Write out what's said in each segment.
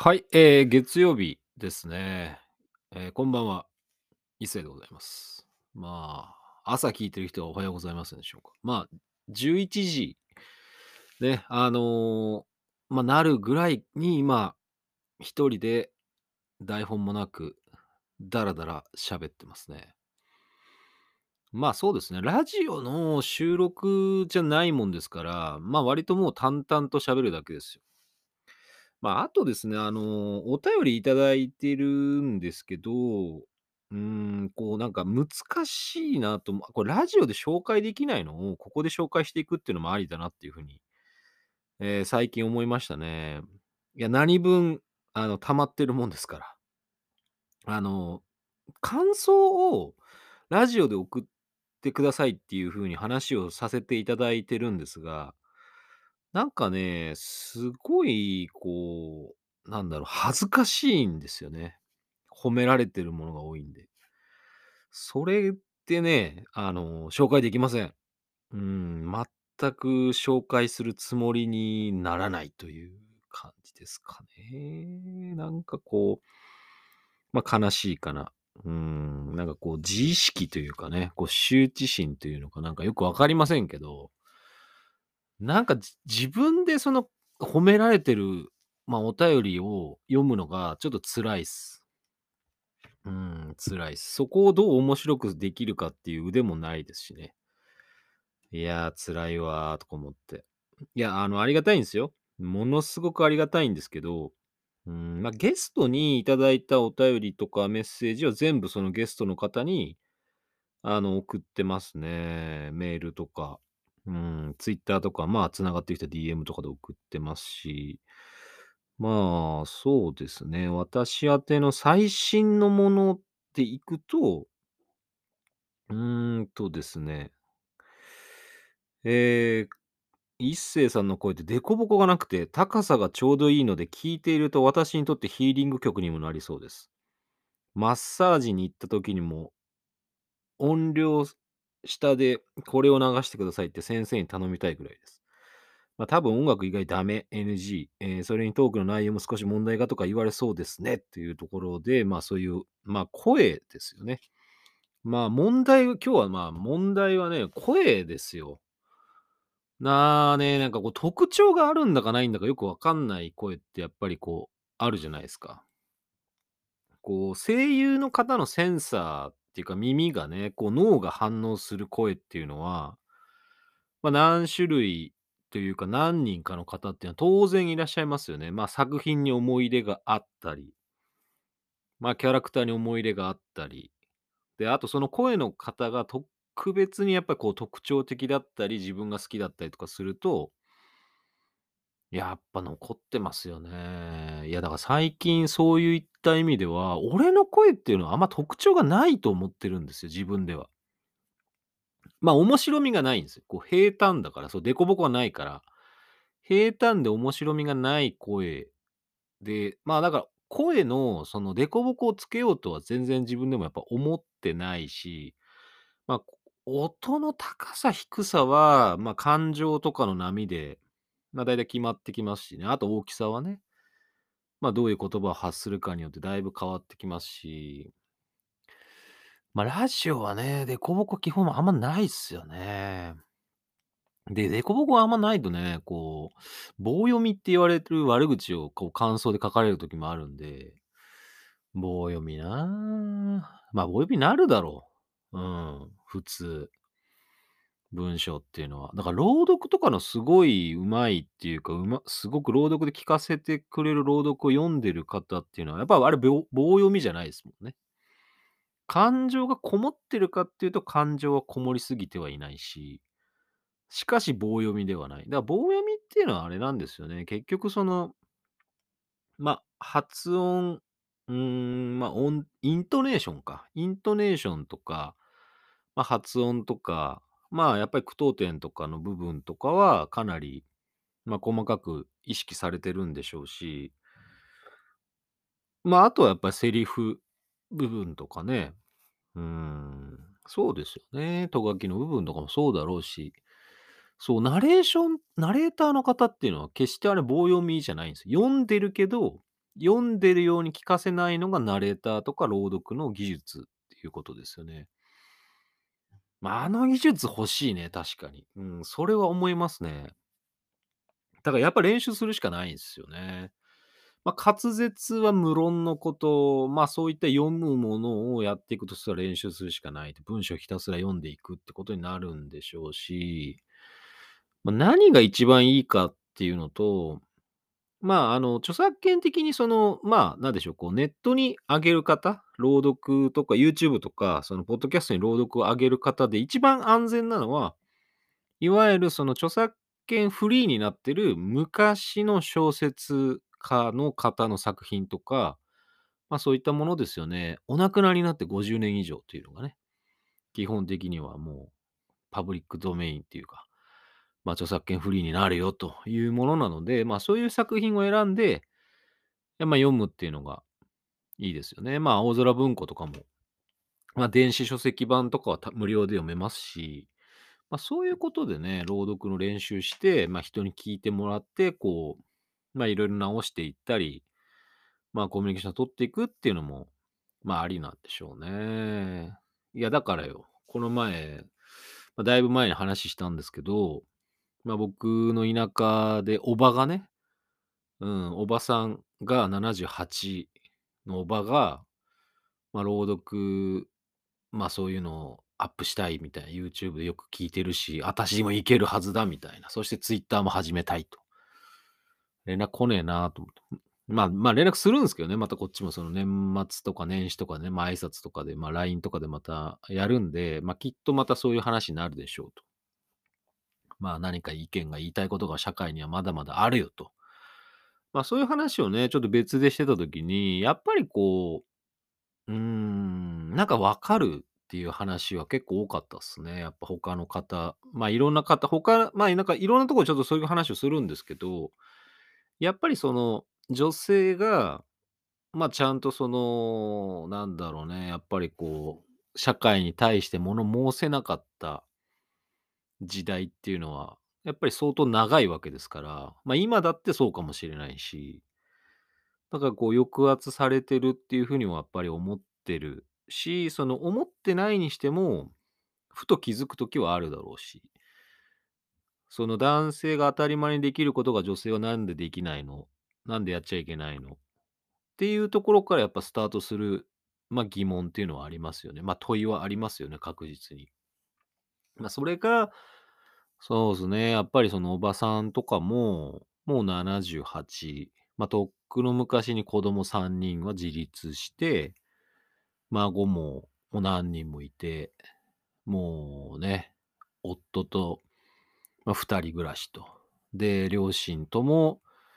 はい、月曜日ですね。こんばんは、伊勢でございます。朝聞いてる人はおはようございますでしょうか。11時ね、なるぐらいに今、一人で台本もなく、だらだら喋ってますね。そうですね、ラジオの収録じゃないもんですから、割ともう淡々と喋るだけですよ。あとですね、お便りいただいてるんですけど、なんか難しいなと、これラジオで紹介できないのを、ここで紹介していくっていうのもありだなっていう風に、最近思いましたね。いや、何分、溜まってるもんですから。あの、感想をラジオで送ってくださいっていう風に話をさせていただいてるんですが、なんかね、すごいなんだろう、恥ずかしいんですよね。褒められてるものが多いんで。それってね、紹介できません。全く紹介するつもりにならないという感じですかね。なんか悲しいかな。なんか自意識というかね、羞恥心というのかなんかよくわかりませんけど、なんか、自分でその褒められてる、お便りを読むのがちょっと辛いっす。辛いっす。そこをどう面白くできるかっていう腕もないですしね。いやー、辛いわーとか思って。いや、ありがたいんですよ。ものすごくありがたいんですけど、ゲストにいただいたお便りとかメッセージは全部そのゲストの方に送ってますね。メールとか、ツイッターとか、繋がってきた DM とかで送ってますし、そうですね。私宛ての最新のものでいくと、ですね、え一星さんの声ってデコボコがなくて、高さがちょうどいいので、聞いていると私にとってヒーリング曲にもなりそうです。マッサージに行った時にも音量下でこれを流してくださいって先生に頼みたいぐらいです。多分音楽以外ダメ、NG、それにトークの内容も少し問題がとか言われそうですねっていうところで、そういう、声ですよね。今日は問題はね、声ですよ。なんか特徴があるんだかないんだかよくわかんない声ってやっぱりあるじゃないですか。声優の方のセンサーっていうか耳がね、脳が反応する声っていうのは、何種類というか何人かの方っていうのは当然いらっしゃいますよね。作品に思い入れがあったり、キャラクターに思い入れがあったり、で、あとその声の方が特別にやっぱり特徴的だったり、自分が好きだったりとかすると、やっぱ残ってますよね。いや、だから最近そういった意味では、俺の声っていうのはあんま特徴がないと思ってるんですよ、自分では。面白みがないんですよ。平坦だから、そう、凸凹がないから、平坦で面白みがない声で、だから、声のその凸凹をつけようとは全然自分でもやっぱ思ってないし、まあ、音の高さ低さは、感情とかの波で、だいたい決まってきますしね。あと大きさはね。どういう言葉を発するかによってだいぶ変わってきますし、ラジオはね、凸凹基本あんまないっすよね。で、凸凹があんまないとね、棒読みって言われる悪口を感想で書かれる時もあるんで、棒読みな棒読みなるだろう。普通、文章っていうのは。だから朗読とかのすごい上手いっていうか、すごく朗読で聞かせてくれる朗読を読んでる方っていうのは、やっぱあれ、棒読みじゃないですもんね。感情がこもってるかっていうと、感情はこもりすぎてはいないし、しかし棒読みではない。だから棒読みっていうのはあれなんですよね。結局発音、イントネーションか。イントネーションとか、発音とか、やっぱり句読点とかの部分とかはかなり、細かく意識されてるんでしょうし、あとはやっぱりセリフ部分とかね。そうですよね。ト書きの部分とかもそうだろうし、そう、ナレーターの方っていうのは決してあれ棒読みじゃないんですよ。読んでるけど、 読んでるように聞かせないのがナレーターとか朗読の技術っていうことですよね。あの技術欲しいね、確かに。うん、それは思いますね。だからやっぱ練習するしかないんすよね。滑舌は無論のこと、そういった読むものをやっていくとしたら練習するしかないと、文章をひたすら読んでいくってことになるんでしょうし、何が一番いいかっていうのと、著作権的になんでしょう、こうネットに上げる方、朗読とか YouTube とか、そのポッドキャストに朗読を上げる方で一番安全なのは、いわゆるその著作権フリーになってる昔の小説家の方の作品とか、そういったものですよね。お亡くなりになって50年以上というのがね、基本的にはもうパブリックドメインっていうか、著作権フリーになるよというものなので、そういう作品を選んで、読むっていうのがいいですよね。青空文庫とかも、電子書籍版とかは無料で読めますし、そういうことでね、朗読の練習して、人に聞いてもらって、こう、いろいろ直していったり、コミュニケーションを取っていくっていうのも、ありなんでしょうね。いや、だからよ、この前、だいぶ前に話したんですけど、僕の田舎でおばがね、おばさんが78のおばが、朗読、そういうのをアップしたいみたいな、YouTube でよく聞いてるし、私もいけるはずだみたいな、そして Twitter も始めたいと。連絡来ねえなと思って。連絡するんですけどね、またこっちもその年末とか年始とかね、挨拶とかで、LINE とかでまたやるんで、きっとまたそういう話になるでしょうと。何か意見が言いたいことが社会にはまだまだあるよと。そういう話をね、ちょっと別でしてた時に、やっぱりこなんか分かるっていう話は結構多かったっすね。やっぱ他の方、いろんな方、なんかいろんなところでちょっとそういう話をするんですけど、やっぱりその女性が、ちゃんとなんだろうね、やっぱりこう、社会に対して物申せなかった時代っていうのは、やっぱり相当長いわけですから、今だってそうかもしれないし、だからこう抑圧されてるっていうふうにはやっぱり思ってるし、その思ってないにしても、ふと気づく時はあるだろうし、その男性が当たり前にできることが女性はなんでできないの、なんでやっちゃいけないのっていうところからやっぱスタートする、疑問っていうのはありますよね。問いはありますよね、確実に。それが、そうですね、やっぱりそのおばさんとかも、もう78、とっくの昔に子供3人は自立して、孫もう何人もいて、もうね、夫と、2人暮らしと。で、両親とも、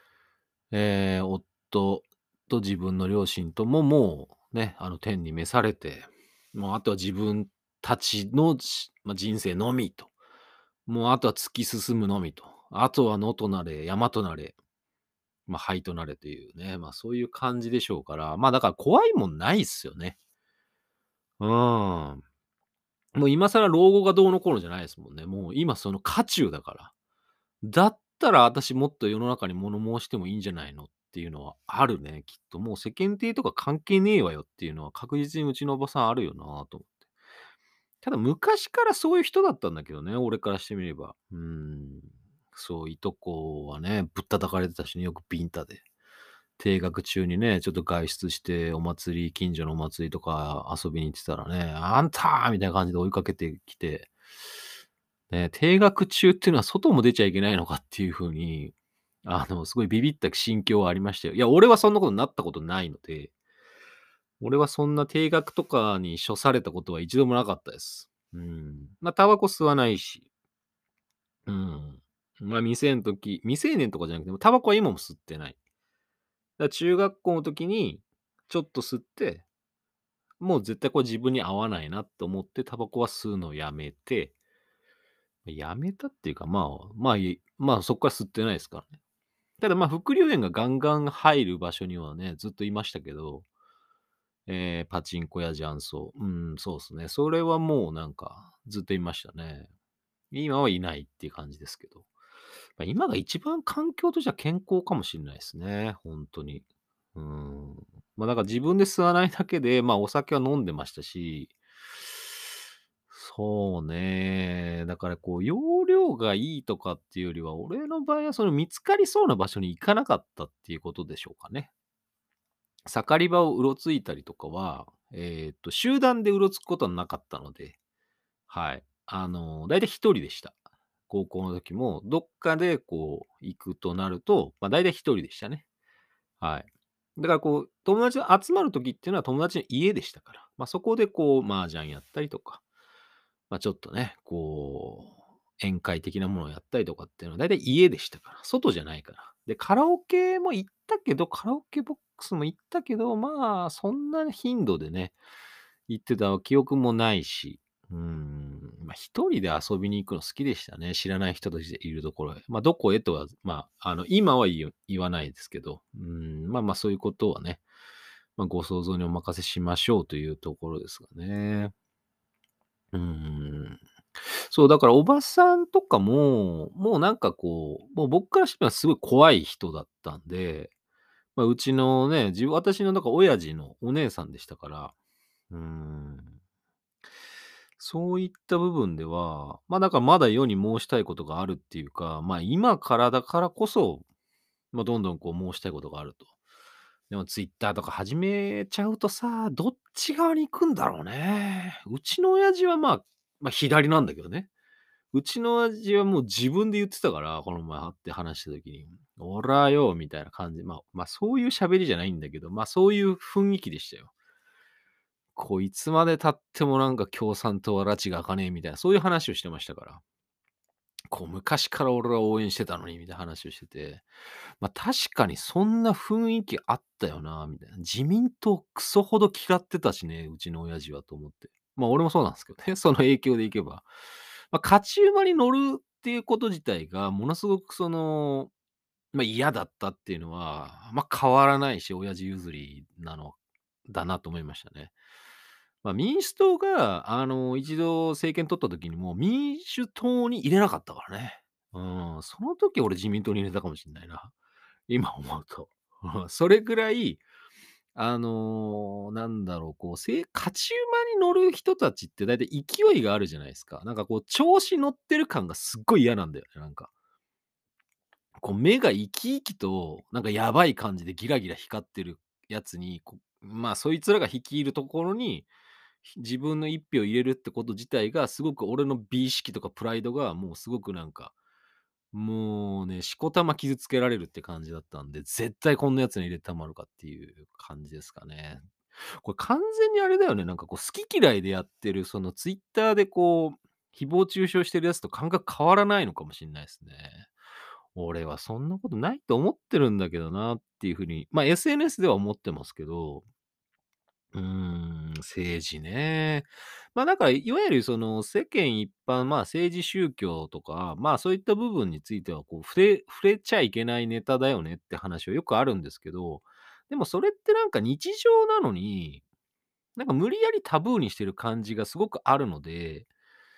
夫と自分の両親とももうね、天に召されて、もうあとは自分たちの人生のみと。もうあとは突き進むのみと。あとは野となれ、山となれ、灰となれというね、そういう感じでしょうから、だから怖いもんないっすよね。うーん。もう今更老後がどうのこうのじゃないですもんね。もう今その渦中だから。だったら私もっと世の中に物申してもいいんじゃないのっていうのはあるね、きっと。もう世間体とか関係ねえわよっていうのは確実にうちのおばさんあるよなと思って。ただ昔からそういう人だったんだけどね、俺からしてみれば。そう、いとこはね、ぶったたかれてたしね、よくビンタで。停学中にね、ちょっと外出して近所のお祭りとか遊びに行ってたらね、あんたみたいな感じで追いかけてきて、ね、停学中っていうのは外も出ちゃいけないのかっていう風に、すごいビビった心境はありましたよ。いや、俺はそんなことになったことないので、俺はそんな定額とかに処されたことは一度もなかったです。タバコ吸わないし、うん。未成年とかじゃなくても、タバコは今も吸ってない。中学校の時に、ちょっと吸って、もう絶対これ自分に合わないなと思って、タバコは吸うのをやめて、やめたっていうか、そっから吸ってないですからね。ただ副流煙がガンガン入る場所にはね、ずっといましたけど、パチンコや雀荘。そうですね。それはもうなんか、ずっといましたね。今はいないっていう感じですけど。今が一番環境としては健康かもしれないですね、ほんとに。 うーん。だから自分で吸わないだけで、お酒は飲んでましたし、そうね。だから容量がいいとかっていうよりは、俺の場合はその見つかりそうな場所に行かなかったっていうことでしょうかね。盛り場をうろついたりとかは、集団でうろつくことはなかったので、はい。だいたい一人でした。高校の時も、どっかで行くとなると、だいたい一人でしたね。はい。だから友達が集まる時っていうのは友達の家でしたから、そこで麻雀やったりとか、ちょっとね、宴会的なものをやったりとかっていうのは大体家でしたから、外じゃないから。で、カラオケも行ったけど、カラオケボックスも行ったけど、そんな頻度でね、行ってた記憶もないし、一人で遊びに行くの好きでしたね。知らない人たちでいるところへ。どこへとは、今は言わないですけど、そういうことはね、ご想像にお任せしましょうというところですがね。うーん。そう、だからおばさんとかも、もうなんかもう僕からしてみればすごい怖い人だったんで、うちのね、私の親父のお姉さんでしたから、うーん。そういった部分では、だからまだ世に申したいことがあるっていうか、今からだからこそ、どんどん申したいことがあると。でもツイッターとか始めちゃうとさ、どっち側に行くんだろうね。うちの親父は左なんだけどね。うちの親父はもう自分で言ってたから、この前会って話した時に、おらよ、みたいな感じ。そういう喋りじゃないんだけど、そういう雰囲気でしたよ。こいつまで経ってもなんか共産党は拉致が開かねえみたいな、そういう話をしてましたから。昔から俺は応援してたのにみたいな話をしてて、確かにそんな雰囲気あったよな、みたいな。自民党クソほど嫌ってたしね、うちの親父はと思って。俺もそうなんですけどね、その影響でいけば。勝ち馬に乗るっていうこと自体がものすごく嫌だったっていうのは、変わらないし、親父譲りなのだなと思いましたね。民主党が、一度政権取った時にも、民主党に入れなかったからね。うん、その時俺自民党に入れたかもしんないな。今思うと。それぐらい、なんだろう、勝ち馬に乗る人たちって大体勢いがあるじゃないですか。なんか調子乗ってる感がすっごい嫌なんだよね、なんか。目が生き生きと、なんかやばい感じでギラギラ光ってるやつに、そいつらが率いるところに、自分の一票入れるってこと自体が、すごく俺の美意識とかプライドが、もうすごくなんか、もうね、しこたま傷つけられるって感じだったんで、絶対こんなやつに入れてたまるかっていう感じですかね。これ完全にあれだよね、なんか好き嫌いでやってる、そのツイッターで誹謗中傷してるやつと感覚変わらないのかもしんないですね。俺はそんなことないと思ってるんだけどなっていう風に、SNS では思ってますけど、政治ね。だから、いわゆるその世間一般、政治宗教とか、そういった部分については、触れちゃいけないネタだよねって話はよくあるんですけど、でもそれってなんか日常なのに、なんか無理やりタブーにしてる感じがすごくあるので、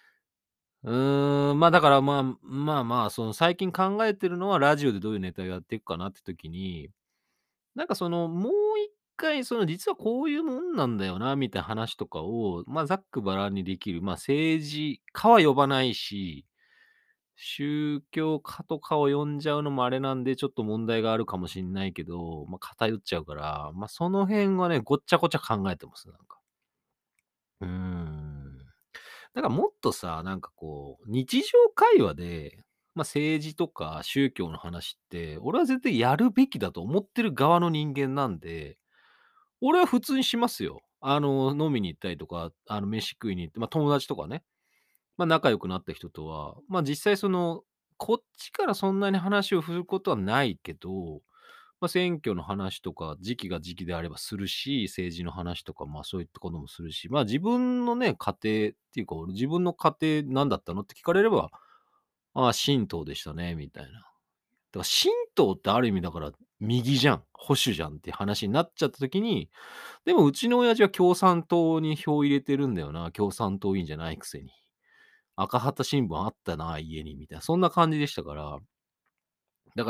だからその最近考えてるのはラジオでどういうネタをやっていくかなって時に、なんかもう一回実はこういうもんなんだよなみたいな話とかを、ざっくばらんにできる、政治家は呼ばないし、宗教家とかを呼んじゃうのもあれなんで、ちょっと問題があるかもしんないけど、偏っちゃうから、その辺はね、ごっちゃごちゃ考えてます、なんか。うーん。だからもっとさ、なんか日常会話で、政治とか宗教の話って、俺は絶対やるべきだと思ってる側の人間なんで、俺は普通にしますよ。飲みに行ったりとか、飯食いに行って、友達とかね、仲良くなった人とは、実際こっちからそんなに話を振ることはないけど、選挙の話とか、時期が時期であればするし、政治の話とか、そういったこともするし、自分のね、家庭っていうか、俺自分の家庭何だったのって聞かれれば、ああ、神道でしたね、みたいな。だから神道ってある意味だから、右じゃん、保守じゃんって話になっちゃった時に、でもうちの親父は共産党に票入れてるんだよな、共産党員じゃないくせに。赤旗新聞あったな、家に、みたいな、そんな感じでしたから、だから、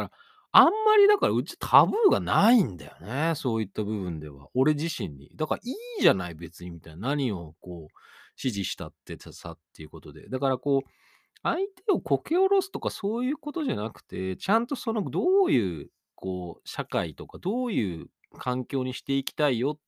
あんまりだからうちタブーがないんだよね、そういった部分では。俺自身に。だからいいじゃない別にみたいな。何をこう指示したってさっていうことで。だからこう、相手をこけ下ろすとかそういうことじゃなくて、ちゃんとそのどういうこう社会とかどういう環境にしていきたいよって、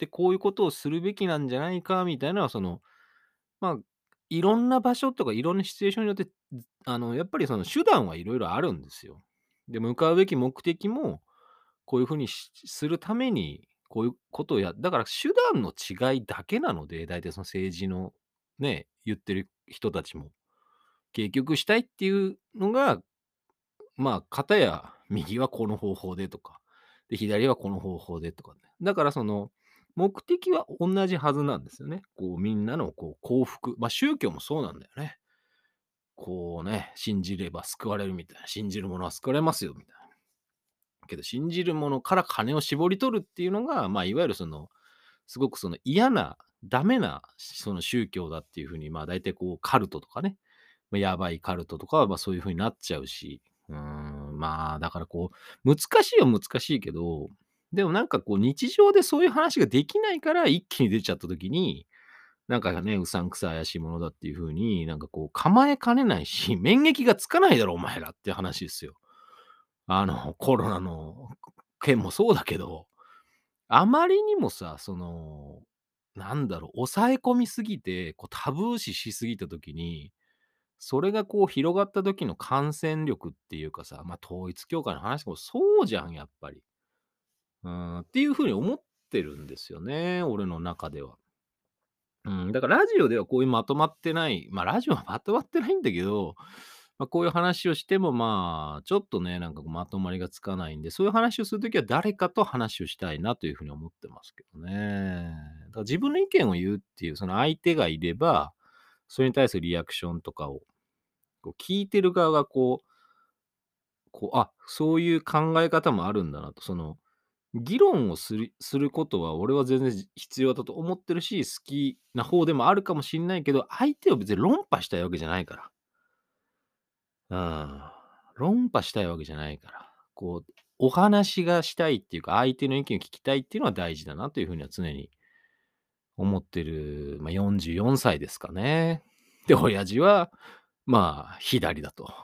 こういうことをするべきなんじゃないかみたいな、そのまあ、いろんな場所とかいろんなシチュエーションによって、やっぱりその手段はいろいろあるんですよ。で、向かうべき目的も、こういう風にするために、こういうことをだから手段の違いだけなので、大体その政治のね、言ってる人たちも。結局したいっていうのが、まあ、片や右はこの方法でとか、で、左はこの方法でとかね。だからその、目的は同じはずなんですよね。こうみんなのこう幸福。まあ宗教もそうなんだよね。こうね、信じれば救われるみたいな。信じる者は救われますよみたいな。けど信じる者から金を絞り取るっていうのが、まあいわゆるその、すごくその嫌な、ダメなその宗教だっていうふうに、まあ大体こうカルトとかね、まあ、やばいカルトとかは、ま、そういう風になっちゃうし、まあ、だからこう、難しいは難しいけど、でもなんかこう日常でそういう話ができないから、一気に出ちゃった時に、なんかね、うさんくさい怪しいものだっていう風に、なんかこう構えかねないし、免疫がつかないだろお前らっていう話ですよ。コロナの件もそうだけど、あまりにもさ、その、なんだろう、抑え込みすぎて、こうタブー視しすぎた時にそれがこう広がった時の感染力っていうかさ、ま、統一教会の話もそうじゃん、やっぱり。っていう風に思ってるんですよね、俺の中では。だからラジオではこういうまとまってない、ま、ラジオはまとまってないんだけど、ま、こういう話をしても、まあ、ちょっとね、なんかこうまとまりがつかないんで、そういう話をする時は誰かと話をしたいなという風に思ってますけどね。だから自分の意見を言うっていう、その相手がいれば、それに対するリアクションとかをこう聞いてる側がそういう考え方もあるんだなと、その、議論をすることは俺は全然必要だと思ってるし、好きな方でもあるかもしんないけど、相手を別に論破したいわけじゃないから。うん。論破したいわけじゃないから。こう、お話がしたいっていうか、相手の意見を聞きたいっていうのは大事だなという風には常に思ってる、ま、44歳ですかね。で、親父は、まあ、左だと。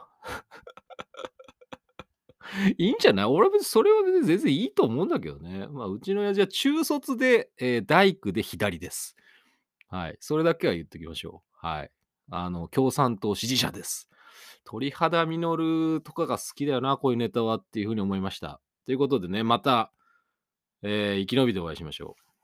いいんじゃない？俺は別にそれは別に全然いいと思うんだけどね。まあ、うちの親父は中卒で、大工で左です。はい。それだけは言っときましょう。はい。共産党支持者です。鳥肌実とかが好きだよな、こういうネタはっていう風に思いました。ということでね、また、生き延びてお会いしましょう。